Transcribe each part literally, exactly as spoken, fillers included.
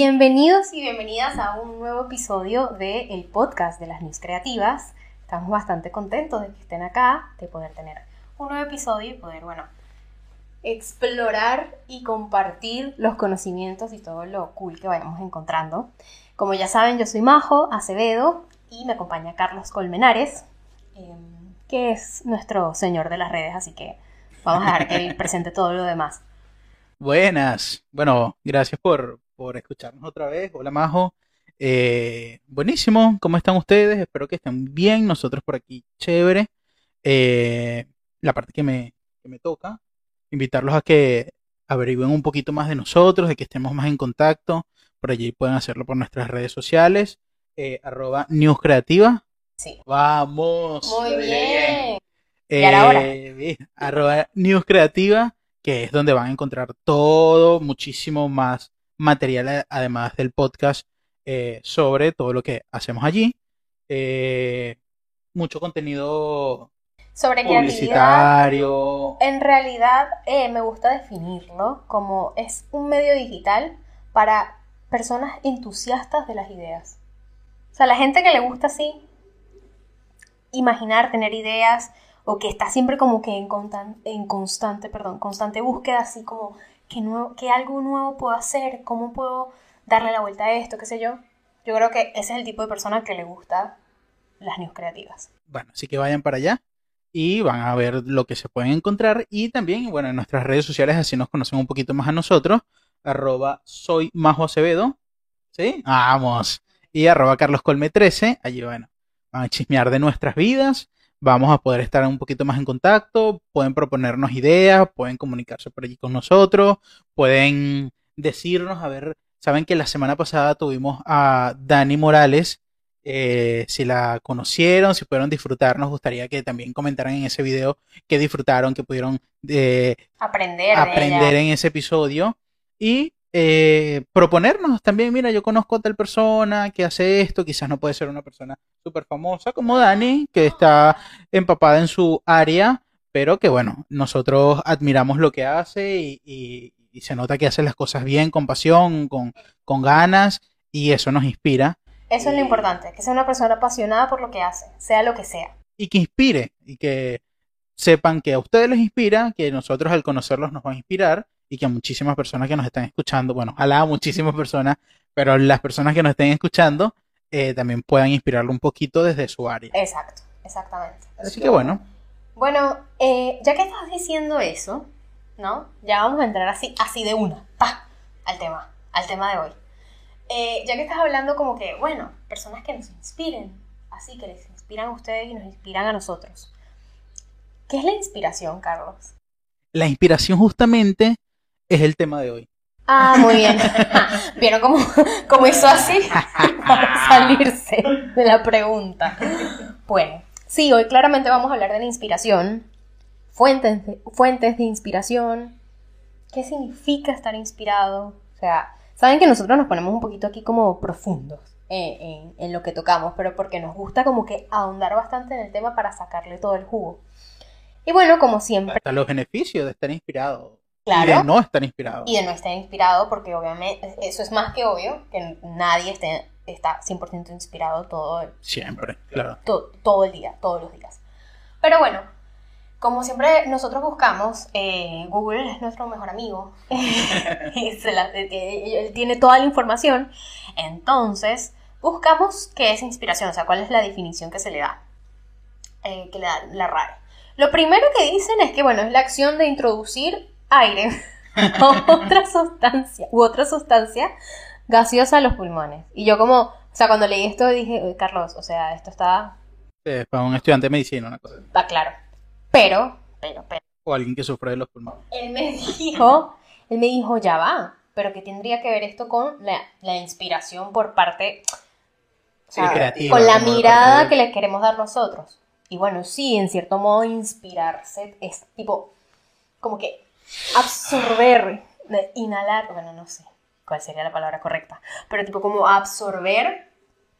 Bienvenidos y bienvenidas a un nuevo episodio del podcast de las News Creativas. Estamos bastante contentos de que estén acá, de poder tener un nuevo episodio y poder, bueno, explorar y compartir los conocimientos y todo lo cool que vayamos encontrando. Como ya saben, yo soy Majo Acevedo y me acompaña Carlos Colmenares, eh, que es nuestro señor de las redes, así que vamos a dejar que él presente todo lo demás. Buenas, bueno, gracias por, por escucharnos otra vez. Hola Majo, eh, buenísimo, ¿cómo están ustedes? Espero que estén bien, nosotros por aquí, chévere. Eh, la parte que me, que me toca, invitarlos a que averigüen un poquito más de nosotros, de que estemos más en contacto. Por allí pueden hacerlo por nuestras redes sociales, eh, arroba News Creativa. Sí. Vamos. Muy lo dije bien. Eh, Y ahora. bien, arroba News Creativa, que es donde van a encontrar todo, muchísimo más material, a- además del podcast, eh, sobre todo lo que hacemos allí. Eh, mucho contenido Sobre creatividad, publicitario. en realidad eh, me gusta definirlo como es un medio digital para personas entusiastas de las ideas. O sea, la gente que le gusta así imaginar, tener ideas, o que está siempre como que en, constan- en constante, perdón, constante búsqueda, así como que, nuevo, que algo nuevo puedo hacer, cómo puedo darle la vuelta a esto, qué sé yo. Yo creo que ese es el tipo de persona que le gusta las news creativas. Bueno, así que vayan para allá y van a ver lo que se pueden encontrar. Y también, bueno, en nuestras redes sociales, así nos conocen un poquito más a nosotros. Arroba soy Majo Acevedo. ¿Sí? Vamos. Y arroba Carlos Colme trece. Allí, bueno, van a chismear de nuestras vidas. Vamos a poder estar un poquito más en contacto. Pueden proponernos ideas. Pueden comunicarse por allí con nosotros. Pueden decirnos, a ver, saben que la semana pasada tuvimos a Dani Morales. Eh, si la conocieron, si pudieron disfrutar, nos gustaría que también comentaran en ese video que disfrutaron, que pudieron eh, Aprender de aprender ella. en ese episodio y eh, proponernos también, mira, yo conozco a tal persona que hace esto, quizás no puede ser una persona súper famosa como Dani, que está empapada en su área, pero que bueno, nosotros admiramos lo que hace y, y, y se nota que hace las cosas bien, con pasión, con, con ganas, y eso nos inspira. Eso es lo importante, que sea una persona apasionada por lo que hace, sea lo que sea. Y que inspire, y que sepan que a ustedes les inspira, que nosotros al conocerlos nos va a inspirar y que a muchísimas personas que nos están escuchando, bueno, ojalá a muchísimas personas, pero las personas que nos estén escuchando eh, también puedan inspirarlo un poquito desde su área. Exacto, exactamente. Así que bueno. Bueno, eh, ya que estás diciendo eso, ¿no? Ya vamos a entrar así, así de una, pa, al tema, al tema de hoy. Eh, ya que estás hablando como que, bueno, personas que nos inspiren, así que les inspiran a ustedes y nos inspiran a nosotros. ¿Qué es la inspiración, Carlos? La inspiración justamente es el tema de hoy. Ah, muy bien. ¿Vieron cómo, cómo hizo así para salirse de la pregunta? Bueno, sí, hoy claramente vamos a hablar de la inspiración, fuentes de, fuentes de inspiración, qué significa estar inspirado. O sea, saben que nosotros nos ponemos un poquito aquí como profundos en, en, en lo que tocamos, pero porque nos gusta como que ahondar bastante en el tema para sacarle todo el jugo. Y bueno, como siempre. Hasta los beneficios de estar inspirado. Claro. Y de no estar inspirado. Y de no estar inspirado, porque obviamente eso es más que obvio, que nadie esté, está cien por ciento inspirado todo el, Siempre, claro. to, todo el día, todos los días. Pero bueno, como siempre nosotros buscamos, eh, Google es nuestro mejor amigo, y se la, él tiene toda la información, entonces buscamos qué es inspiración, o sea, cuál es la definición que se le da, eh, que le da la R A E. Lo primero que dicen es que, bueno, es la acción de introducir aire o otra sustancia u otra sustancia gaseosa a los pulmones. Y yo como, o sea, cuando leí esto dije, Carlos, o sea, esto está... Sí, para un estudiante de medicina, una cosa. Está claro. Pero, pero, pero... O alguien que sufre de los pulmones. Él me dijo, él me dijo, ya va, pero ¿qué tendría que ver esto con la, la inspiración por parte... O sea, sí, creativa, con la como de mirada parte de- que le queremos dar nosotros. Y bueno, sí, en cierto modo inspirarse es tipo, como que absorber, de inhalar, bueno, no sé cuál sería la palabra correcta, pero tipo como absorber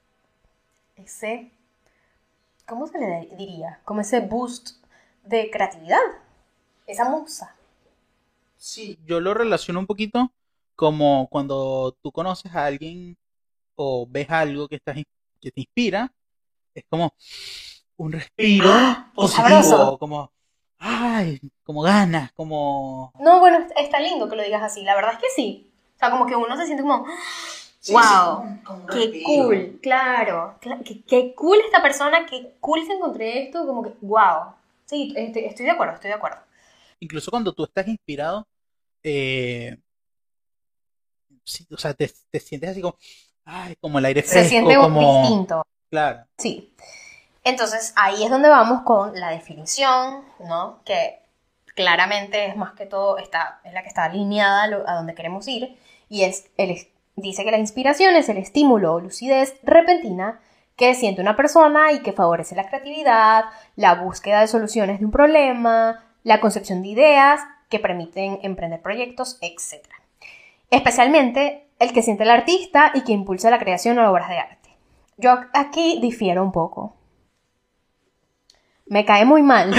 ese, ¿cómo se le diría? Como ese boost de creatividad, esa musa. Sí, yo lo relaciono un poquito como cuando tú conoces a alguien o ves algo que, estás, que te inspira, es como un respiro ¡Ah! ¡Qué positivo, sabroso! como, ay, como ganas, como... No, bueno, está lindo que lo digas así, la verdad es que sí. O sea, como que uno se siente como, Sí, wow, sí, como- como un qué respiro. cool, claro, cla- qué, qué cool esta persona, qué cool que encontré esto, como que, wow. Sí, estoy, estoy de acuerdo, estoy de acuerdo. Incluso cuando tú estás inspirado, eh, sí, o sea, te, te sientes así como, ay, como el aire Se siente fresco, como... distinto, Claro. sí. Entonces, ahí es donde vamos con la definición, ¿no? Que claramente es más que todo, está, es la que está alineada a, lo- a donde queremos ir, y es, el, es- dice que la inspiración es el estímulo o lucidez repentina que siente una persona y que favorece la creatividad, la búsqueda de soluciones de un problema, la concepción de ideas que permiten emprender proyectos, etcétera. Especialmente el que siente el artista y que impulsa la creación o obras de arte. Yo aquí difiero un poco. Me cae muy mal.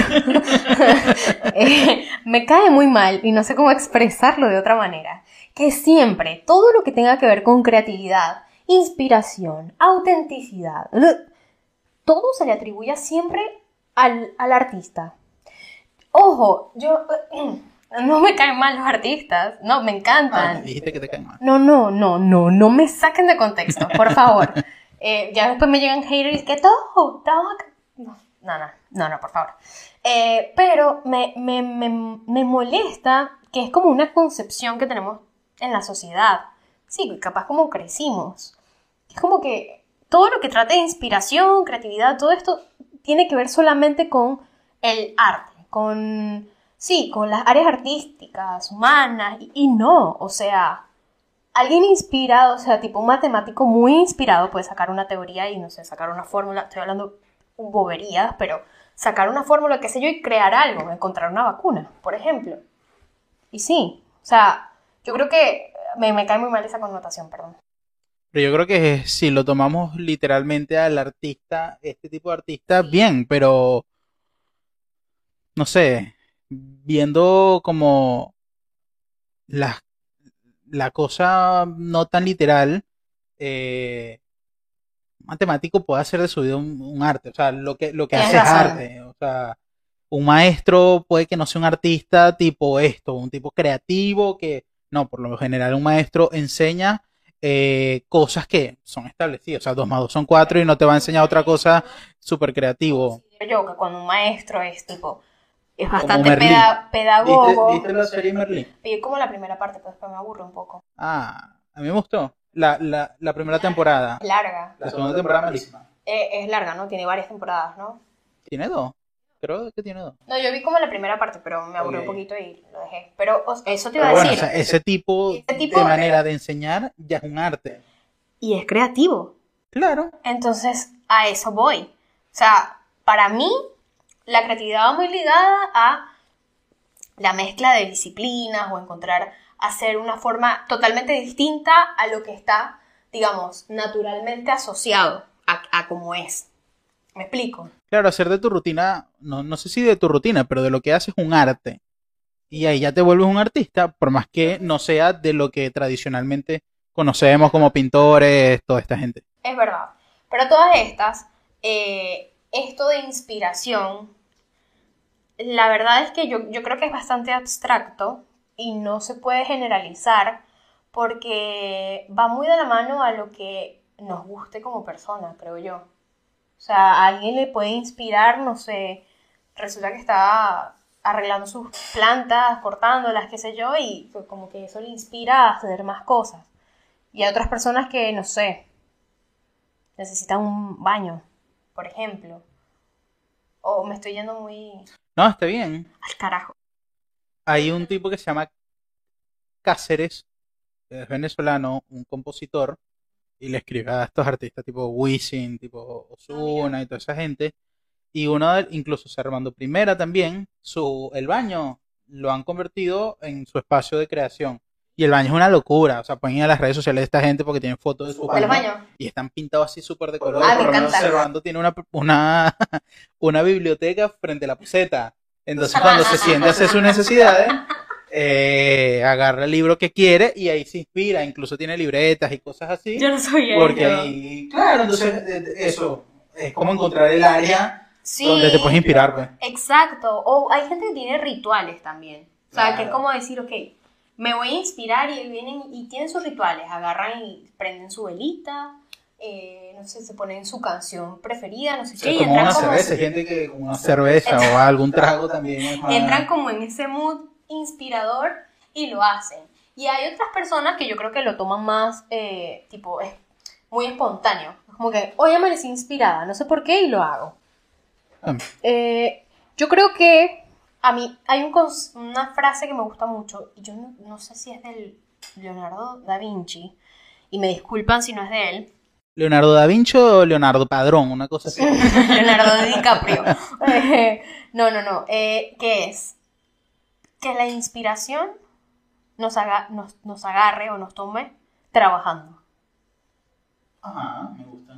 Eh, me cae muy mal y no sé cómo expresarlo de otra manera. Que siempre, todo lo que tenga que ver con creatividad, inspiración, autenticidad, todo se le atribuye siempre al, al artista. Ojo, yo... No me caen mal los artistas, no, me encantan. Ah, dijiste que te caen mal. No, no, no, no, no me saquen de contexto, por favor. Eh, ya después me llegan haters que todo, todo. No, no, no, no, no, por favor. Eh, pero me, me, me, me molesta que es como una concepción que tenemos en la sociedad. Sí, capaz como crecimos. Es como que todo lo que trate de inspiración, creatividad, todo esto tiene que ver solamente con el arte, con... Sí, con las áreas artísticas, humanas, y, y no, o sea, alguien inspirado, o sea, tipo un matemático muy inspirado puede sacar una teoría y, no sé, sacar una fórmula, estoy hablando boberías, pero sacar una fórmula, qué sé yo, y crear algo, encontrar una vacuna, por ejemplo. Y sí, o sea, yo creo que me, me cae muy mal esa connotación, perdón. Pero yo creo que si lo tomamos literalmente al artista, este tipo de artista, bien, pero no sé, viendo como la, la cosa no tan literal, eh, un matemático puede hacer de su vida un, un arte, o sea, lo que, lo que Tienes hace es razón. arte, o sea, un maestro puede que no sea un artista tipo esto, un tipo creativo que, no, por lo general un maestro enseña eh, cosas que son establecidas, o sea, dos más dos son cuatro y no te va a enseñar otra cosa súper creativo, Yo que cuando un maestro es tipo, es como bastante Merlí. peda- ¿Viste, pedagogo, viste la serie Merlí? y como la primera parte, pues después me aburre un poco. Ah, a mí me gustó. La, la, la primera temporada. Es larga. La segunda temporada malísima. Eh, es larga, ¿no? Tiene varias temporadas, ¿no? Tiene dos. Creo que tiene dos. No, yo vi como la primera parte, pero me aburrió Ok. un poquito y lo dejé. Pero o- eso te iba Pero a bueno, o decir. sea, ese tipo, Ese tipo- de manera de enseñar ya es un arte. Y es creativo. Claro. Entonces, a eso voy. O sea, para mí, la creatividad va muy ligada a la mezcla de disciplinas o encontrar, hacer una forma totalmente distinta a lo que está, digamos, naturalmente asociado a, a cómo es. ¿Me explico? Claro, hacer de tu rutina, no, no sé si de tu rutina, pero de lo que haces un arte. Y ahí ya te vuelves un artista, por más que no sea de lo que tradicionalmente conocemos como pintores, toda esta gente. Es verdad. Pero todas estas, eh, esto de inspiración, la verdad es que yo, yo creo que es bastante abstracto y no se puede generalizar porque va muy de la mano a lo que nos guste como persona, creo yo. O sea, a alguien le puede inspirar, no sé, resulta que está arreglando sus plantas, cortándolas, qué sé yo, y pues como que eso le inspira a hacer más cosas. Y hay otras personas que, no sé, necesitan un baño, por ejemplo. O me estoy yendo muy No, está bien. al carajo. Hay un tipo que se llama Cáceres, es venezolano, un compositor, y le escribe a estos artistas tipo Wisin, tipo Ozuna y toda esa gente. Y uno de, incluso Armando Primera también, su, el baño lo han convertido en su espacio de creación. Y el baño es una locura, o sea, ponen a las redes sociales de esta gente porque tienen fotos de su ¿De baño, los baños? y están pintados así súper de colores. Ah, me Por lo menos encanta. Armando tiene una, una, una biblioteca frente a la poseta. Entonces cuando se siente a hacer sus necesidades, eh, agarra el libro que quiere y ahí se inspira, incluso tiene libretas y cosas así. Yo no soy Porque eso. ahí, claro, entonces eh, eso es como encontrar el área Sí, donde te puedes inspirar, pues. exacto. O hay gente que tiene rituales también. O sea, Claro. que es como decir, ok, me voy a inspirar y vienen y tienen sus rituales. Agarran y prenden su velita, eh, no sé, se ponen su canción preferida, no sé O qué, sea, y como entran una como, cerveza, hay gente que con una cerveza o algún trago también es más... entran como en ese mood inspirador y lo hacen. Y hay otras personas que yo creo que lo toman más, eh, tipo, es muy espontáneo. Es como que, hoy amanecí inspirada, no sé por qué y lo hago. Ah, Eh, yo creo que a mí hay un cons- una frase que me gusta mucho, y yo no, no sé si es del Leonardo da Vinci, y me disculpan si no es de él, Leonardo da Vinci o Leonardo Padrón, una cosa así. Leonardo DiCaprio. Eh, no, no, no, eh, ¿qué es? Que la inspiración nos, haga, nos, nos agarre o nos tome trabajando. Ajá, me gusta.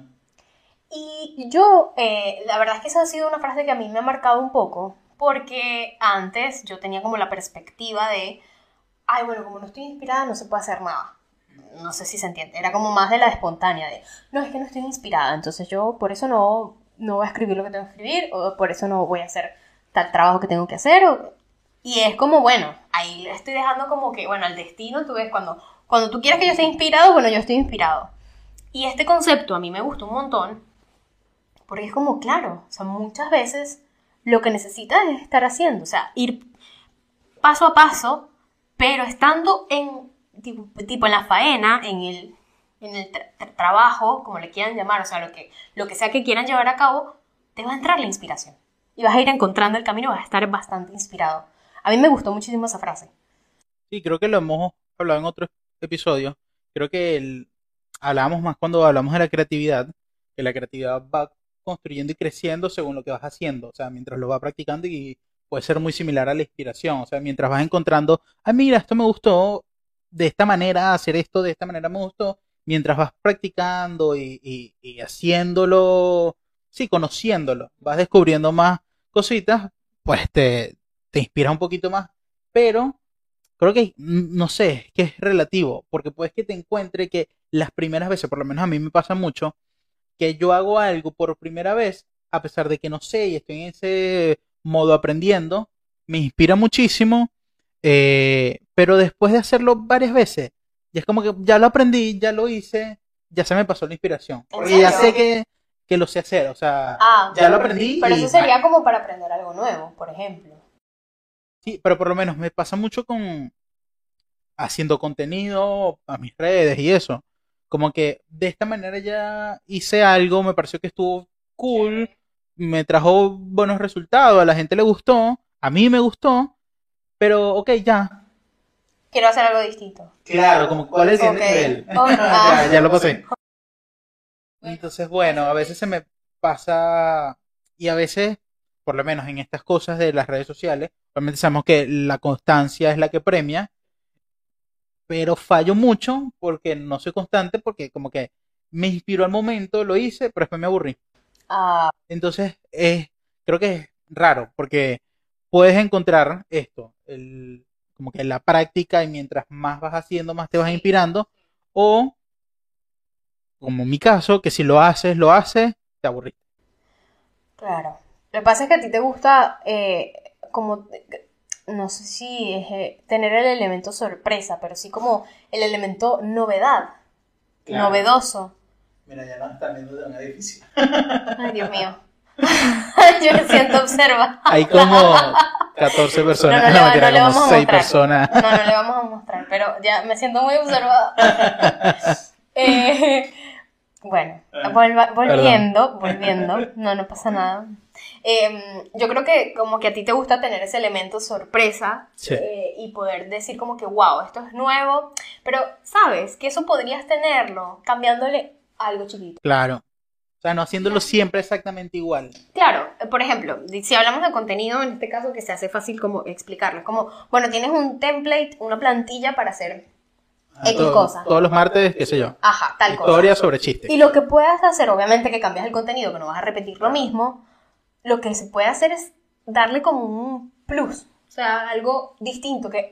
Y yo, eh, la verdad es que esa ha sido una frase que a mí me ha marcado un poco, porque antes yo tenía como la perspectiva de, ay, bueno, como no estoy inspirada no se puede hacer nada. No sé si se entiende, era como más de la espontánea, de, no, es que no estoy inspirada, entonces yo por eso no, no voy a escribir lo que tengo que escribir, o por eso no voy a hacer tal trabajo que tengo que hacer, o... y es como, bueno, ahí le estoy dejando como que, bueno, al destino, tú ves, cuando, cuando tú quieres que yo esté inspirado, bueno, yo estoy inspirado. Y este concepto a mí me gusta un montón, porque es como, claro, o sea, muchas veces lo que necesitas es estar haciendo, o sea, ir paso a paso, pero estando en, tipo, tipo en la faena, en el, en el tra- tra- trabajo, como le quieran llamar, o sea, lo que, lo que sea que quieran llevar a cabo, te va a entrar la inspiración. Y vas a ir encontrando el camino, vas a estar bastante inspirado. A mí me gustó muchísimo esa frase. Sí, creo que lo hemos hablado en otros episodios. Creo que el, hablamos más cuando hablamos de la creatividad, que la creatividad va construyendo y creciendo según lo que vas haciendo, o sea, mientras lo vas practicando y puede ser muy similar a la inspiración, o sea, mientras vas encontrando, ah, mira, esto me gustó, de esta manera, hacer esto de esta manera me gustó, mientras vas practicando y, y, y haciéndolo, sí, conociéndolo, vas descubriendo más cositas, pues te, te inspira un poquito más, pero creo que, mm, no sé, es que es relativo, porque puedes que te encuentre que las primeras veces, por lo menos a mí me pasa mucho, que yo hago algo por primera vez, a pesar de que no sé y estoy en ese modo aprendiendo, me inspira muchísimo, eh, pero después de hacerlo varias veces, ya es como que ya lo aprendí, ya lo hice, ya se me pasó la inspiración, ¿En porque ya serio? sé que, que lo sé hacer, o sea, Ah, ya lo aprendí pero y eso sería como para aprender algo nuevo, por ejemplo. sí, pero por lo menos me pasa mucho con haciendo contenido a mis redes y eso. Como que de esta manera ya hice algo, me pareció que estuvo cool, me trajo buenos resultados, a la gente le gustó, a mí me gustó, pero ok, ya. Quiero hacer algo distinto. Claro, como cuál es el Ok. siguiente nivel. Oh, ah. ya, ya lo pasé. Entonces, bueno, a veces se me pasa, y a veces, por lo menos en estas cosas de las redes sociales, obviamente sabemos que la constancia es la que premia, pero fallo mucho porque no soy constante, porque como que me inspiró al momento, lo hice, pero después me aburrí. Ah, Entonces, es, creo que es raro, porque puedes encontrar esto, el, como que la práctica y mientras más vas haciendo, más te vas inspirando, o como en mi caso, que si lo haces, lo haces, te aburrís. claro. Lo que pasa es que a ti te gusta, eh, como, no sé si es eh, tener el elemento sorpresa, pero sí como el elemento novedad, Claro. novedoso. Mira, ya nos están viendo de un edificio. Ay, Dios mío. Yo me siento observada. Hay como catorce personas, No, no no, le, mentira, no le como vamos a seis mostrar. personas. No, no le vamos a mostrar, pero ya me siento muy observada. Eh, bueno, volva- volviendo, volviendo, no, no pasa nada. Eh, yo creo que como que a ti te gusta tener ese elemento sorpresa, Sí. eh, y poder decir como que, wow, esto es nuevo, pero sabes que eso podrías tenerlo cambiándole algo chiquito. Claro. O sea, no haciéndolo siempre exactamente igual. Claro, eh, por ejemplo, si hablamos de contenido, en este caso que se hace fácil como explicarlo, es como, bueno, tienes un template, una plantilla para hacer X Todo- cosa. Todos los martes, qué sé yo. Ajá, tal cosa. Historia sobre chistes. Y lo que puedas hacer, obviamente que cambias el contenido, que no vas a repetir lo mismo, lo que se puede hacer es darle como un plus, o sea, algo distinto, que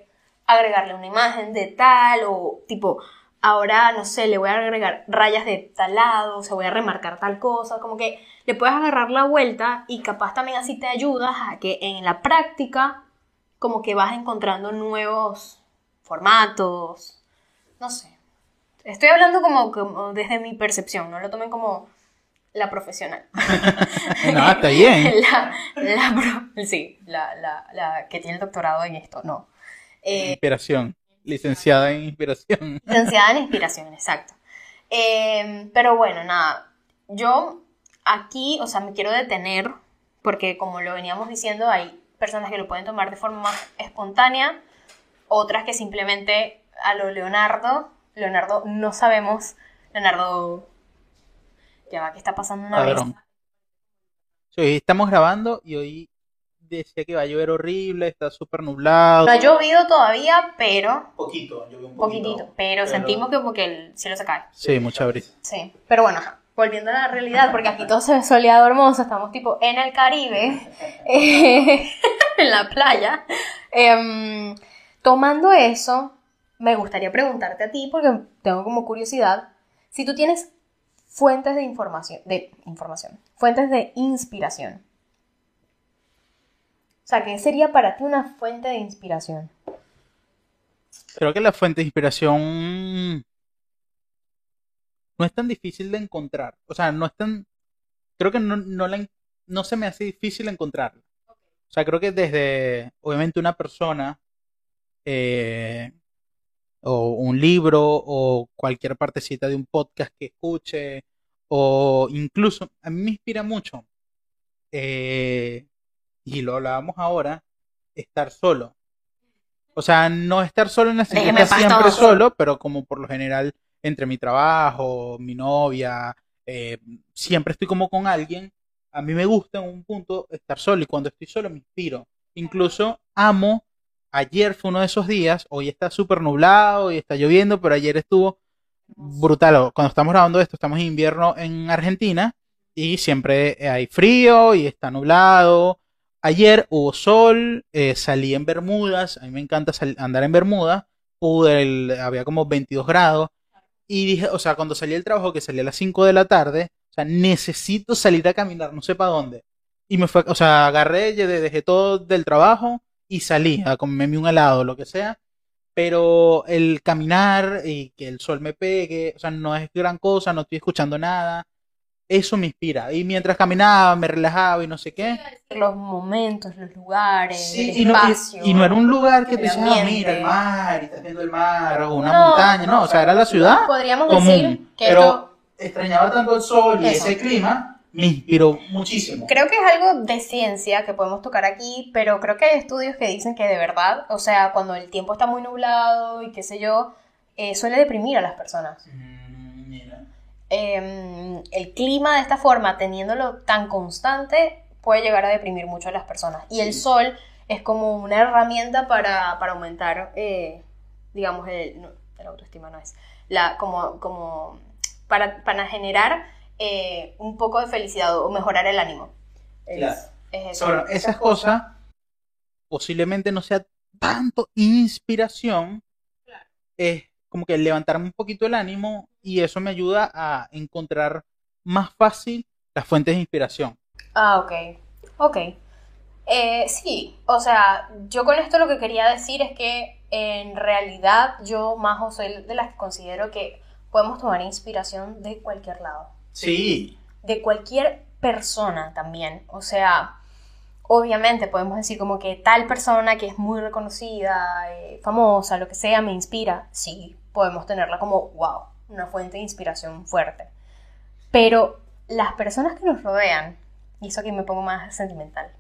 agregarle una imagen de tal, o tipo, ahora, no sé, le voy a agregar rayas de tal lado, o sea, voy a remarcar tal cosa, como que le puedes agarrar la vuelta y capaz también así te ayudas a que en la práctica como que vas encontrando nuevos formatos, no sé. Estoy hablando como, como desde mi percepción, no lo tomen como la profesional. No, está bien. la, la pro- sí, la, la, la que tiene el doctorado en esto, no. Eh, Inspiración. Licenciada en inspiración. licenciada en inspiración, exacto. Eh, pero bueno, nada, yo aquí, o sea, me quiero detener porque como lo veníamos diciendo, hay personas que lo pueden tomar de forma más espontánea, otras que simplemente a lo Leonardo, Leonardo no sabemos, Leonardo, ya va, ¿qué está pasando una vez? Padrón. Sí, hoy estamos grabando y hoy decía que va a llover horrible, está súper nublado. No ha llovido todavía, pero Poquito, llovió un poquitito, pero, sentimos que porque el cielo se cae. Sí, mucha brisa. Sí, pero bueno, ajá, volviendo a la realidad, porque aquí todo se ve soleado, hermoso, estamos tipo en el Caribe, eh, en la playa. Em, tomando eso, me gustaría preguntarte a ti, porque tengo como curiosidad, si tú tienes fuentes de información, de información, fuentes de inspiración. O sea, ¿qué sería para ti una fuente de inspiración? Creo que la fuente de inspiración no es tan difícil de encontrar. O sea, no es tan... Creo que no, no, la, en- no se me hace difícil encontrarla. O sea, creo que desde, obviamente, una persona eh, o un libro o cualquier partecita de un podcast que escuche o incluso, a mí me inspira mucho, eh, y lo hablábamos ahora, estar solo. O sea, no estar solo en la sentido Déjeme de estar en paz siempre todos. solo, pero como por lo general entre mi trabajo, mi novia, eh, siempre estoy como con alguien. A mí me gusta en un punto estar solo y cuando estoy solo me inspiro. Incluso amo, ayer fue uno de esos días, hoy está súper nublado y está lloviendo, pero ayer estuvo brutal. Cuando estamos grabando esto, estamos en invierno en Argentina y siempre hay frío y está nublado. Ayer hubo sol, eh, salí en Bermudas, a mí me encanta sal- andar en Bermuda, pude, el- había como veintidós grados y dije, o sea, cuando salí del trabajo, que salí a las cinco de la tarde, o sea, necesito salir a caminar, no sé para dónde. Y me fue, o sea, agarré, lle- dejé todo del trabajo y salí a comerme un helado, lo que sea, pero el caminar y que el sol me pegue, o sea, no es gran cosa, no estoy escuchando nada, eso me inspira. Y mientras caminaba, me relajaba y no sé qué. Los momentos, los lugares, Sí, el y no, y, espacio. y no era un lugar que el te decías, ah, ambiente. mira el mar, y estás viendo el mar, o una No, montaña, no, o sea, era la ciudad Podríamos común, decir que pero esto- extrañaba tanto el sol y Eso. ese clima, me inspiró muchísimo. Creo que es algo de ciencia que podemos tocar aquí, pero creo que hay estudios que dicen que de verdad, o sea, cuando el tiempo está muy nublado y qué sé yo, eh, suele deprimir a las personas. Mm, mira. Eh, el clima de esta forma, teniéndolo tan constante, puede llegar a deprimir mucho a las personas. Y el Sí. sol es como una herramienta para, para aumentar, eh, digamos, el, no, el autoestima no es, la, como, como para, para generar eh, un poco de felicidad o mejorar el ánimo. Es, Claro. es eso. Sobre esas cosas, posiblemente no sea tanto inspiración, es como que levantarme un poquito el ánimo y eso me ayuda a encontrar más fácil las fuentes de inspiración. Ah, ok. Ok. Eh, sí, o sea, yo con esto lo que quería decir es que en realidad yo, Majo, soy de las que considero que podemos tomar inspiración de cualquier lado. Sí. De cualquier persona también. O sea, obviamente podemos decir como que tal persona que es muy reconocida, eh, famosa, lo que sea, me inspira. Sí, podemos tenerla como, wow, una fuente de inspiración fuerte. Pero las personas que nos rodean, y eso aquí me pongo más sentimental,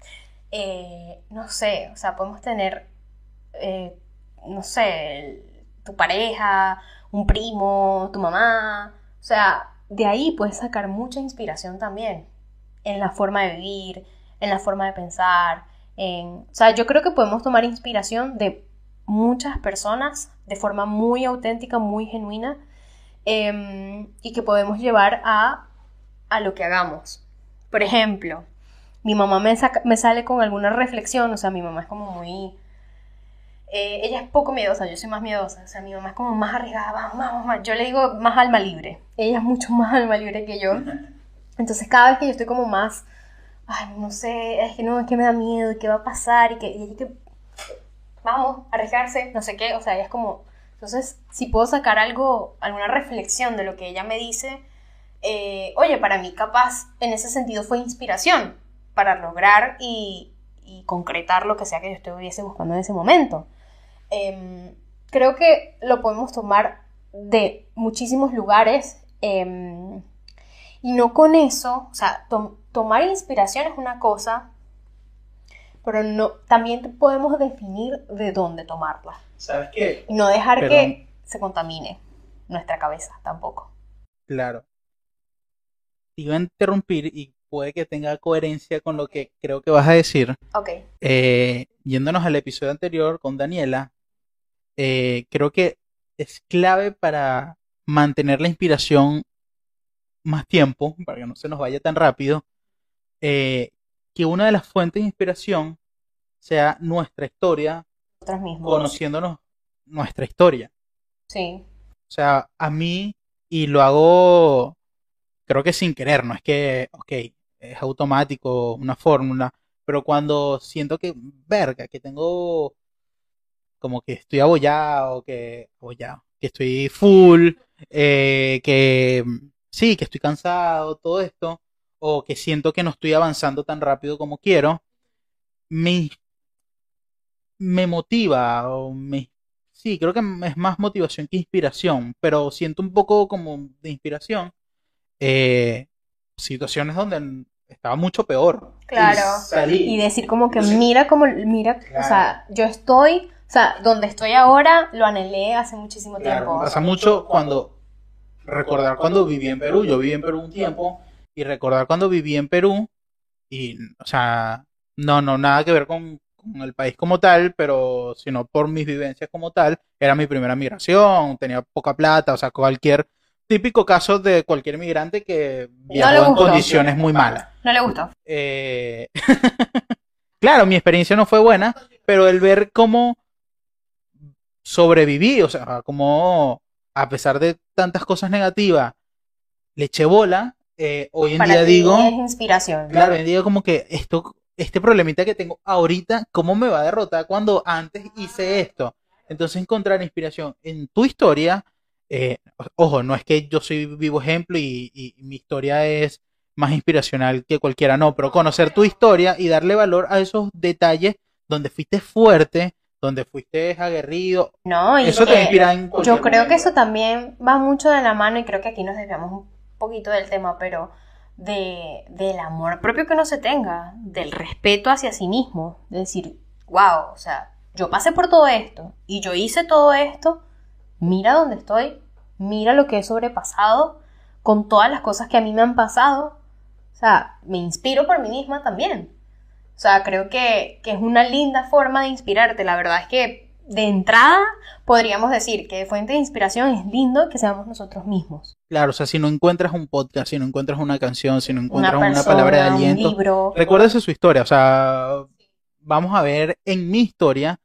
eh, no sé, o sea, podemos tener, eh, no sé, el- tu pareja, un primo, tu mamá, o sea, de ahí puedes sacar mucha inspiración también en la forma de vivir, en la forma de pensar, en, o sea, yo creo que podemos tomar inspiración de muchas personas de forma muy auténtica, muy genuina, em, y que podemos llevar a, a lo que hagamos. Por ejemplo, mi mamá me, saca- me sale con alguna reflexión, o sea, mi mamá es como muy, Eh, ella es poco miedosa, yo soy más miedosa, o sea, mi mamá es como más arriesgada, vamos, vamos, vamos. Yo le digo más alma libre, ella es mucho más alma libre que yo. Entonces cada vez que yo estoy como más, ay, no sé, es que no, es que me da miedo, y qué va a pasar, y que, y que vamos, arriesgarse, no sé qué, o sea, ella es como, entonces, si puedo sacar algo, alguna reflexión de lo que ella me dice, eh, oye, para mí capaz, en ese sentido fue inspiración para lograr y, y concretar lo que sea que yo estuviese buscando en ese momento. Eh, creo que lo podemos tomar de muchísimos lugares, eh, y no con eso, o sea, to- tomar inspiración es una cosa, pero no, también podemos definir de dónde tomarla. ¿Sabes qué? Y no dejar Perdón. que se contamine nuestra cabeza tampoco. Claro. Te iba a interrumpir y puede que tenga coherencia con lo que creo que vas a decir. Ok. Eh, yéndonos al episodio anterior con Daniela, eh, creo que es clave para mantener la inspiración más tiempo, para que no se nos vaya tan rápido, eh, que una de las fuentes de inspiración sea nuestra historia, Nosotros mismos. conociéndonos nuestra historia. Sí. O sea, a mí, y lo hago, creo que sin querer, no es que, ok, es automático, una fórmula, pero cuando siento que, verga, que tengo, como que estoy abollado, que, abollado, que estoy full, eh, que sí, que estoy cansado, todo esto, o que siento que no estoy avanzando tan rápido como quiero, me, me motiva, o me, sí, creo que es más motivación que inspiración, pero siento un poco como de inspiración, eh, situaciones donde estaba mucho peor. Claro. Y salí. Y decir como que mira como, mira, Claro. o sea, yo estoy, o sea, donde estoy ahora lo anhelé hace muchísimo Claro, tiempo. me pasa mucho cuando recordar cuando viví en Perú. Yo viví en Perú un tiempo y recordar cuando viví en Perú y, o sea, no, no, nada que ver con, con el país como tal, pero sino por mis vivencias como tal. Era mi primera migración, tenía poca plata, o sea, cualquier típico caso de cualquier migrante que viajó le en gustó. condiciones muy malas. No le gustó. Eh, claro, mi experiencia no fue buena, pero el ver cómo sobreviví, o sea, cómo a pesar de tantas cosas negativas, le eché bola, eh, hoy en Para día ti digo, es inspiración. claro, hoy en día digo como que esto, este problemita que tengo ahorita, ¿cómo me va a derrotar cuando antes hice esto? Entonces encontrar inspiración en tu historia, eh, ojo, no es que yo soy vivo ejemplo y, y mi historia es más inspiracional que cualquiera, no, pero conocer tu historia y darle valor a esos detalles donde fuiste fuerte, donde fuiste aguerrido, No, y eso que te inspira en cualquier yo creo que momento. eso también va mucho de la mano y creo que aquí nos desviamos un poquito del tema, pero de, del amor propio que uno se tenga, del respeto hacia sí mismo, de decir, wow, o sea, yo pasé por todo esto y yo hice todo esto, mira dónde estoy, mira lo que he sobrepasado con todas las cosas que a mí me han pasado, o sea, me inspiro por mí misma también. O sea, creo que, que es una linda forma de inspirarte. La verdad es que de entrada podríamos decir que de fuente de inspiración es lindo que seamos nosotros mismos. Claro, o sea, si no encuentras un podcast, si no encuentras una canción, si no encuentras Una una, persona, palabra de un aliento, libro. recuérdese su historia. O sea, vamos a ver en mi historia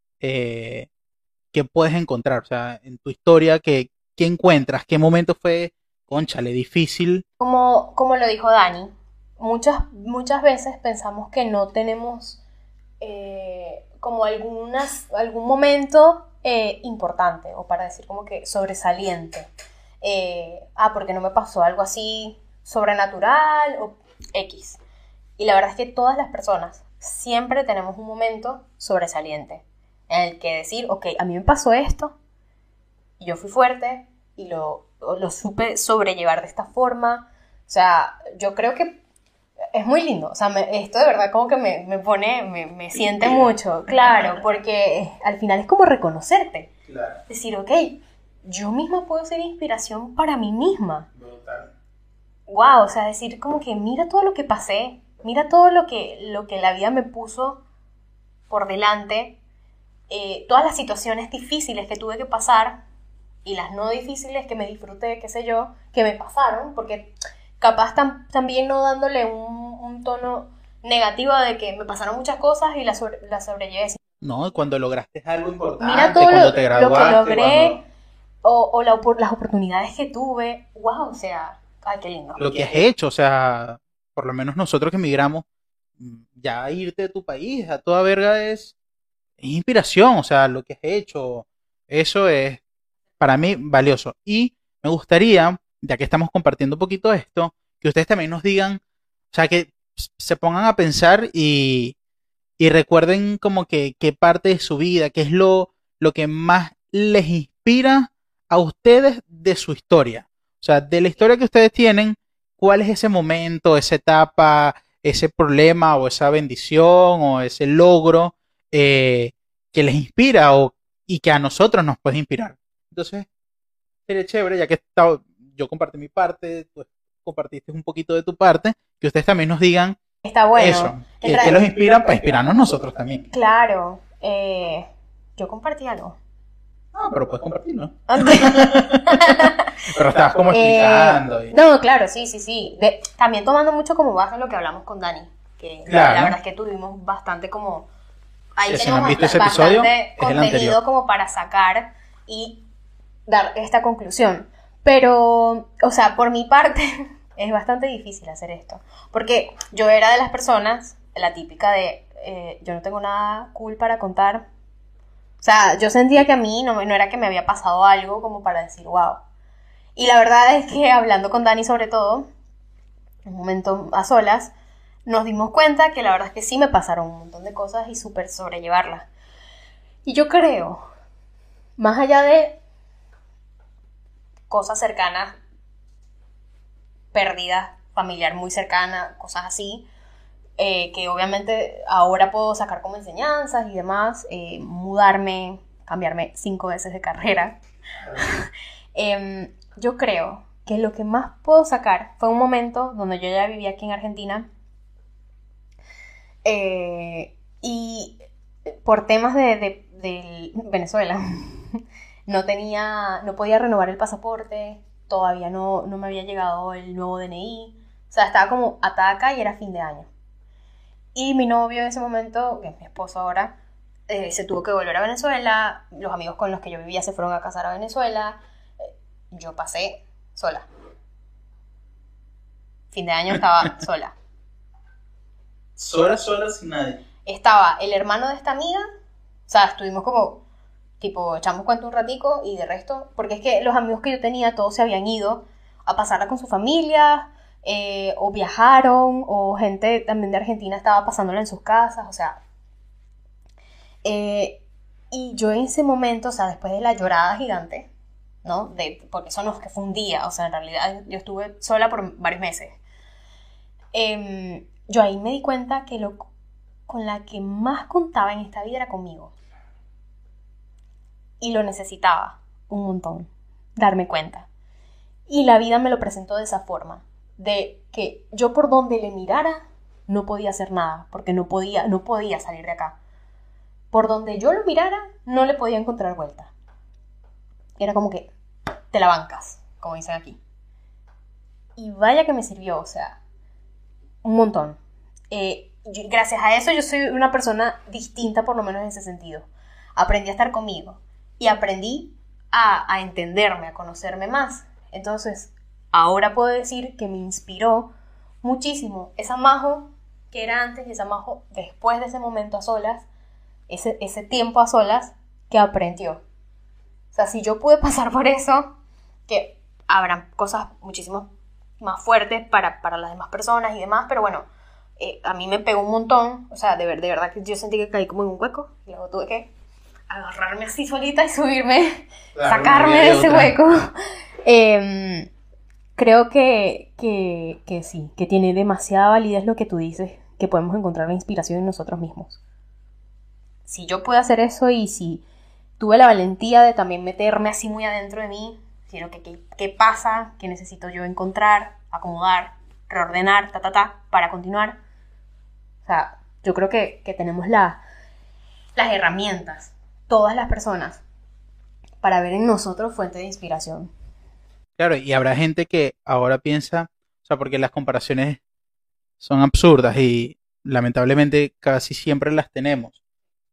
eh, qué puedes encontrar. O sea, en tu historia, qué, qué encuentras, qué momento fue, cónchale, difícil. Como, como lo dijo Dani, muchas, muchas veces pensamos que no tenemos eh, como algunas, algún momento eh, importante, o para decir como que sobresaliente. Eh, ah, porque no me pasó algo así sobrenatural o X. Y la verdad es que todas las personas siempre tenemos un momento sobresaliente en el que decir, ok, a mí me pasó esto y yo fui fuerte y lo, lo supe sobrellevar de esta forma. O sea, yo creo que es muy lindo. O sea, me, esto de verdad como que me, me pone, me, me siente mucho, claro, porque al final es como reconocerte. Claro. Decir, ok, yo misma puedo ser inspiración para mí misma. Brutal. Wow, o sea, decir como que mira todo lo que pasé, mira todo lo que, lo que la vida me puso por delante, eh, todas las situaciones difíciles que tuve que pasar y las no difíciles que me disfruté, qué sé yo, que me pasaron, porque capaz tam, también no dándole un, un tono negativo de que me pasaron muchas cosas y las sobre, la sobrellevé. No, cuando lograste algo importante, Mira todo cuando lo, te lo que graduaste, logré cuando o, o la opor- las oportunidades que tuve. Wow, o sea, ay, qué lindo. lo que has hecho, o sea, por lo menos nosotros que emigramos, mm, ya irte de tu país a toda verga es, es inspiración, o sea, lo que has hecho, eso es para mí valioso. Y me gustaría, ya que estamos compartiendo un poquito esto, que ustedes también nos digan, o sea, que se pongan a pensar y, y recuerden como que qué parte de su vida, qué es lo, lo que más les inspira a ustedes de su historia. O sea, de la historia que ustedes tienen, cuál es ese momento, esa etapa, ese problema o esa bendición o ese logro eh, que les inspira o, y que a nosotros nos puede inspirar. Entonces, sería chévere, ya que está, yo compartí mi parte, tú compartiste un poquito de tu parte, que ustedes también nos digan Está eso, bueno. En que, que los ra- inspiran para inspirarnos nosotros también. claro, eh, yo compartí algo. Ah, pero puedes compartirlo. Ok. Pero estabas como Eh, explicando. Y... no, claro, sí, sí, sí. De- también tomando mucho como base lo que hablamos con Dani, que Claro. la verdad es que tuvimos bastante como... Ahí Sí, si no tenemos han visto ese bast- episodio, bastante es el contenido anterior. como para sacar y dar esta conclusión. Pero, o sea, por mi parte es bastante difícil hacer esto. Porque yo era de las personas, la típica de, eh, yo no tengo nada cool para contar. O sea, yo sentía que a mí no, no era que me había pasado algo como para decir, wow. Y la verdad es que hablando con Dani sobre todo, en un momento a solas, nos dimos cuenta que la verdad es que sí me pasaron un montón de cosas y súper sobrellevarlas. Y yo creo, más allá de cosas cercanas, pérdidas familiar muy cercana, cosas así, eh, que obviamente ahora puedo sacar como enseñanzas y demás, eh, mudarme, cambiarme cinco veces de carrera. eh, yo creo que lo que más puedo sacar fue un momento donde yo ya vivía aquí en Argentina eh, y por temas de, de, de Venezuela no tenía, no podía renovar el pasaporte, todavía no, no me había llegado el nuevo D N I, o sea, estaba como atada acá y era fin de año. Y mi novio en ese momento, que es mi esposo ahora, eh, se tuvo que volver a Venezuela, los amigos con los que yo vivía se fueron a casar a Venezuela, eh, yo pasé sola. Fin de año estaba sola. Sola, sola, sin nadie. Estaba el hermano de esta amiga, o sea, estuvimos como, tipo, echamos cuenta un ratico y de resto, porque es que los amigos que yo tenía todos se habían ido a pasarla con su familia, eh, o viajaron, o gente también de Argentina estaba pasándola en sus casas, o sea. Eh, y yo en ese momento, o sea, después de la llorada gigante, ¿no? De, porque eso no es que fue un día, o sea, en realidad yo estuve sola por varios meses. Eh, yo ahí me di cuenta que lo con la que más contaba en esta vida era conmigo. Y lo necesitaba un montón, darme cuenta. Y la vida me lo presentó de esa forma, de que yo por donde le mirara no podía hacer nada, porque no podía, no podía salir de acá. Por donde yo lo mirara no le podía encontrar vuelta. Era como que te la bancas, como dicen aquí. Y vaya que me sirvió, o sea, un montón. Eh, yo, gracias a eso yo soy una persona distinta, por lo menos en ese sentido. Aprendí a estar conmigo y aprendí a, a entenderme, a conocerme más. Entonces, ahora puedo decir que me inspiró muchísimo esa Majo que era antes y esa Majo después de ese momento a solas, ese, ese tiempo a solas que aprendió. O sea, si yo pude pasar por eso, que habrán cosas muchísimo más fuertes para, para las demás personas y demás, pero bueno, eh, a mí me pegó un montón, o sea, de, ver, de verdad que yo sentí que caí como en un hueco y luego tuve que agarrarme así solita y subirme, claro, sacarme de ese otra. hueco. Eh, creo que, que, que sí, que tiene demasiada validez lo que tú dices, que podemos encontrar la inspiración en nosotros mismos. Si yo puedo hacer eso y si tuve la valentía de también meterme así muy adentro de mí, sino que qué, qué pasa, qué necesito yo encontrar, acomodar, reordenar, ta, ta, ta, para continuar. O sea, yo creo que, que tenemos la, las herramientas, todas las personas, para ver en nosotros fuente de inspiración. Claro, y habrá gente que ahora piensa, o sea, porque las comparaciones son absurdas y lamentablemente casi siempre las tenemos.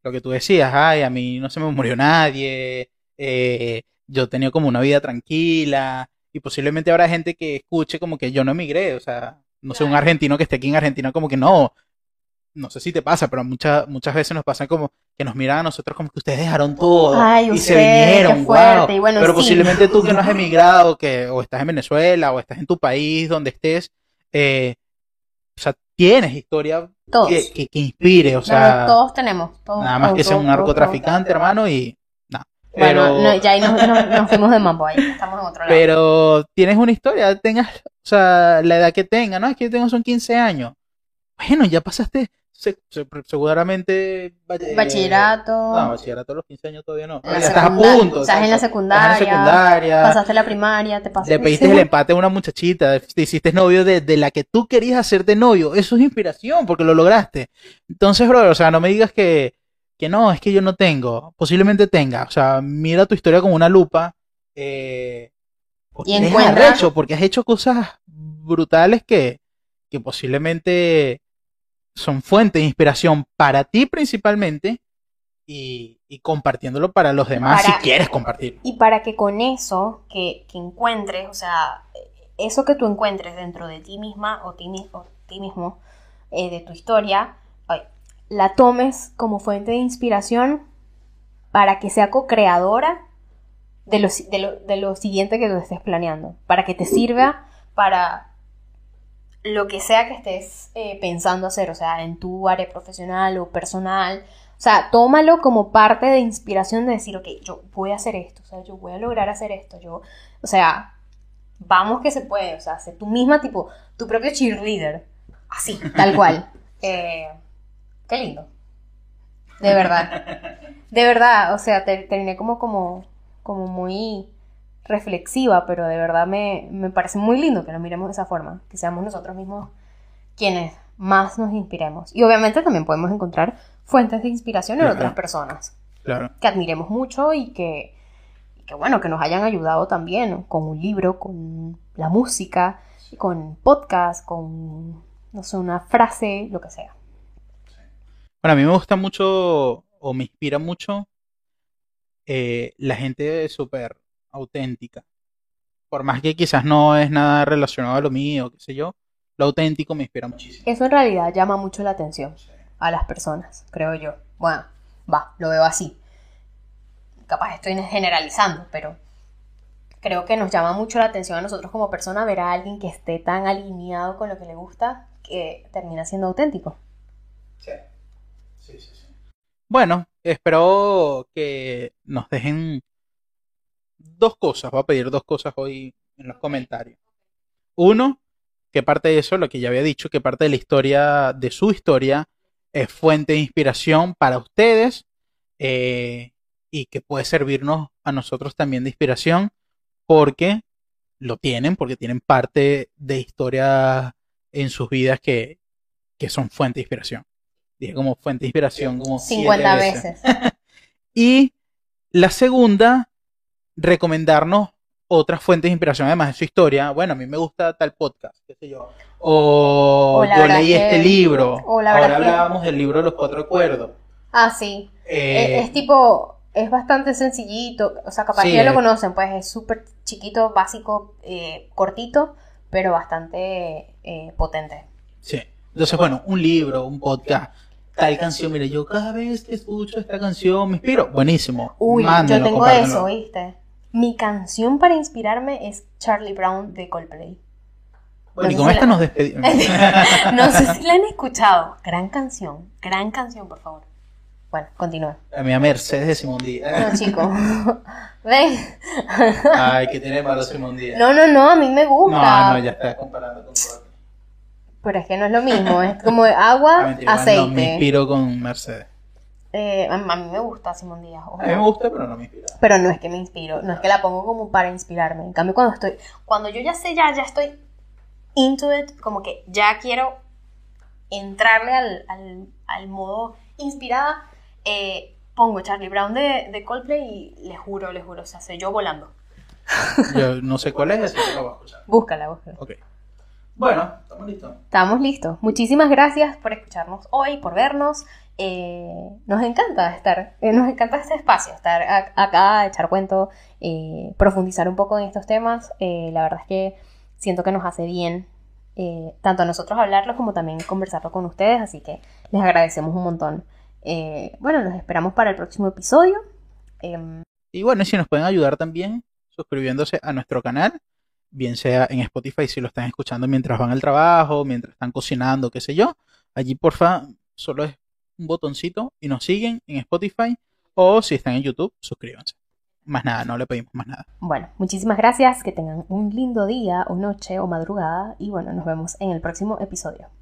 lo que tú decías, ay, a mí no se me murió nadie, eh, yo he tenido como una vida tranquila, y posiblemente habrá gente que escuche como que yo no emigré, o sea, no sé, un argentino que esté aquí en Argentina como que no, no sé si te pasa, pero muchas muchas veces nos pasa como que nos miran a nosotros como que ustedes dejaron todo Ay, y ustedes, se vinieron, qué fuerte, wow. y bueno, Pero sí. posiblemente tú que no has emigrado, que o estás en Venezuela o estás en tu país, donde estés, eh, o sea, tienes historia Todos. que, que, que inspire, o No, sea, no, todos tenemos. Todos, nada más todos, que sea un todos, narcotraficante, todos. hermano, y nada. Bueno, Pero, no, ya ahí nos, nos, nos fuimos de mambo, ahí estamos en otro lado. pero tienes una historia, tengas, o sea, la edad que tengas, ¿no? Es que yo tengo son quince años. Bueno, ya pasaste se, se, seguramente eh, bachillerato. No, bachillerato a los quince años todavía no. La Ya estás a secunda- punto. Estás en la secundaria. Estás en la secundaria. Pasaste la primaria, te pasaste. Le pediste el empate a una muchachita, te hiciste novio de, de la que tú querías hacerte novio. Eso es inspiración porque lo lograste. Entonces, bro, o sea, no me digas que, que no, es que yo no tengo. Posiblemente tenga. O sea, mira tu historia con una lupa. Eh, porque Y eres encuentra- arrecho, porque has hecho cosas brutales que, que posiblemente son fuente de inspiración para ti principalmente y, y compartiéndolo para los demás Para- si quieres compartir. Y para que con eso que, que encuentres, o sea, eso que tú encuentres dentro de ti misma o ti, mi- o ti mismo, eh, de tu historia, ay, la tomes como fuente de inspiración para que sea co-creadora de lo, de, lo, de lo siguiente que tú estés planeando, para que te sirva para lo que sea que estés eh, pensando hacer, o sea, en tu área profesional o personal. O sea, tómalo como parte de inspiración de decir, ok, yo voy a hacer esto, o sea, yo voy a lograr hacer esto, yo, o sea, vamos que se puede, o sea, sé tú misma, tipo, tu propio cheerleader, así, tal cual. Eh, qué lindo. De verdad. De verdad, o sea, te, terminé como, como, como muy reflexiva, pero de verdad me, me parece muy lindo que lo miremos de esa forma, que seamos nosotros mismos quienes más nos inspiremos. Y obviamente también podemos encontrar fuentes de inspiración en Claro. otras personas Claro. que admiremos mucho y que, y que, bueno, que nos hayan ayudado también, ¿no? Con un libro, con la música, con podcast, con, no sé, una frase, lo que sea. Bueno, a mí me gusta mucho o me inspira mucho eh, la gente súper auténtica. Por más que quizás no es nada relacionado a lo mío, qué sé yo, lo auténtico me inspira muchísimo. Eso en realidad llama mucho la atención a las personas, creo yo. Bueno, va, lo veo así. Capaz estoy generalizando, pero creo que nos llama mucho la atención a nosotros como personas ver a alguien que esté tan alineado con lo que le gusta que termina siendo auténtico. Sí. Sí, sí, sí. Bueno, espero que nos dejen dos cosas. Voy a pedir dos cosas hoy en los comentarios. Uno, que parte de eso, lo que ya había dicho, que parte de la historia, de su historia, es fuente de inspiración para ustedes eh, y que puede servirnos a nosotros también de inspiración porque lo tienen, porque tienen parte de historia en sus vidas que, que son fuente de inspiración. Dije como fuente de inspiración como cincuenta siete veces. veces. Y la segunda, recomendarnos otras fuentes de inspiración además de su historia. Bueno, a mí me gusta tal podcast, qué sé yo. O, O la yo verdad leí que- este libro. o la Ahora verdad que- hablábamos del libro de los cuatro acuerdos. Ah, sí. Eh, Es, es tipo, es bastante sencillito, o sea, capaz Sí, que ya lo es- conocen, pues es súper chiquito, básico, eh, cortito, pero bastante eh, potente. Sí. Entonces, bueno, un libro, un podcast, tal canción. Mire, yo cada vez que escucho esta canción me inspiro. Buenísimo. Uy, Mándenlo, yo tengo compártanlo. eso, ¿viste? Mi canción para inspirarme es Charlie Brown de Coldplay. Bueno, y No sé con si esta la- nos despedimos. No sé si la han escuchado. Gran canción, gran canción, por favor. Bueno, continúa. A mi Mercedes de Simón No, Díaz. chico. Ven. Ay, que tiene malo Simón Díaz. No, no, no, a mí me gusta. No, no, ya está comparando con Coldplay. Pero es que no es lo mismo, es como Ah, agua, mentira, igual aceite. No me inspiro con Mercedes. Eh, a, a mí me gusta Simón Díaz, ojo. A mí me gusta, pero no me inspira. Pero no es que me inspiro, no es que la pongo como para inspirarme. En cambio, cuando estoy, cuando yo ya sé, ya, ya estoy into it, como que ya quiero entrarle al, al, al modo inspirada, eh, pongo Charlie Brown de, de Coldplay y le juro, le juro, o sea, soy yo volando. Yo no sé cuál es, así que lo voy a escuchar. Búscala, búscala. Ok. Bueno, estamos listos. Estamos listos. Muchísimas gracias por escucharnos hoy, por vernos Eh, nos encanta estar, eh, nos encanta este espacio, estar a- acá, echar cuento, eh, profundizar un poco en estos temas. Eh, la verdad es que siento que nos hace bien, eh, tanto a nosotros hablarlo como también conversarlo con ustedes, así que les agradecemos un montón. Eh, bueno, los esperamos para el próximo episodio. Em, Y bueno, y si nos pueden ayudar también suscribiéndose a nuestro canal, bien sea en Spotify si lo están escuchando mientras van al trabajo, mientras están cocinando, qué sé yo. Allí, porfa, solo es un botoncito y nos siguen en Spotify. O si están en YouTube, suscríbanse. Más nada, no le pedimos más nada. bueno, muchísimas gracias, que tengan un lindo día o noche o madrugada y bueno, nos vemos en el próximo episodio.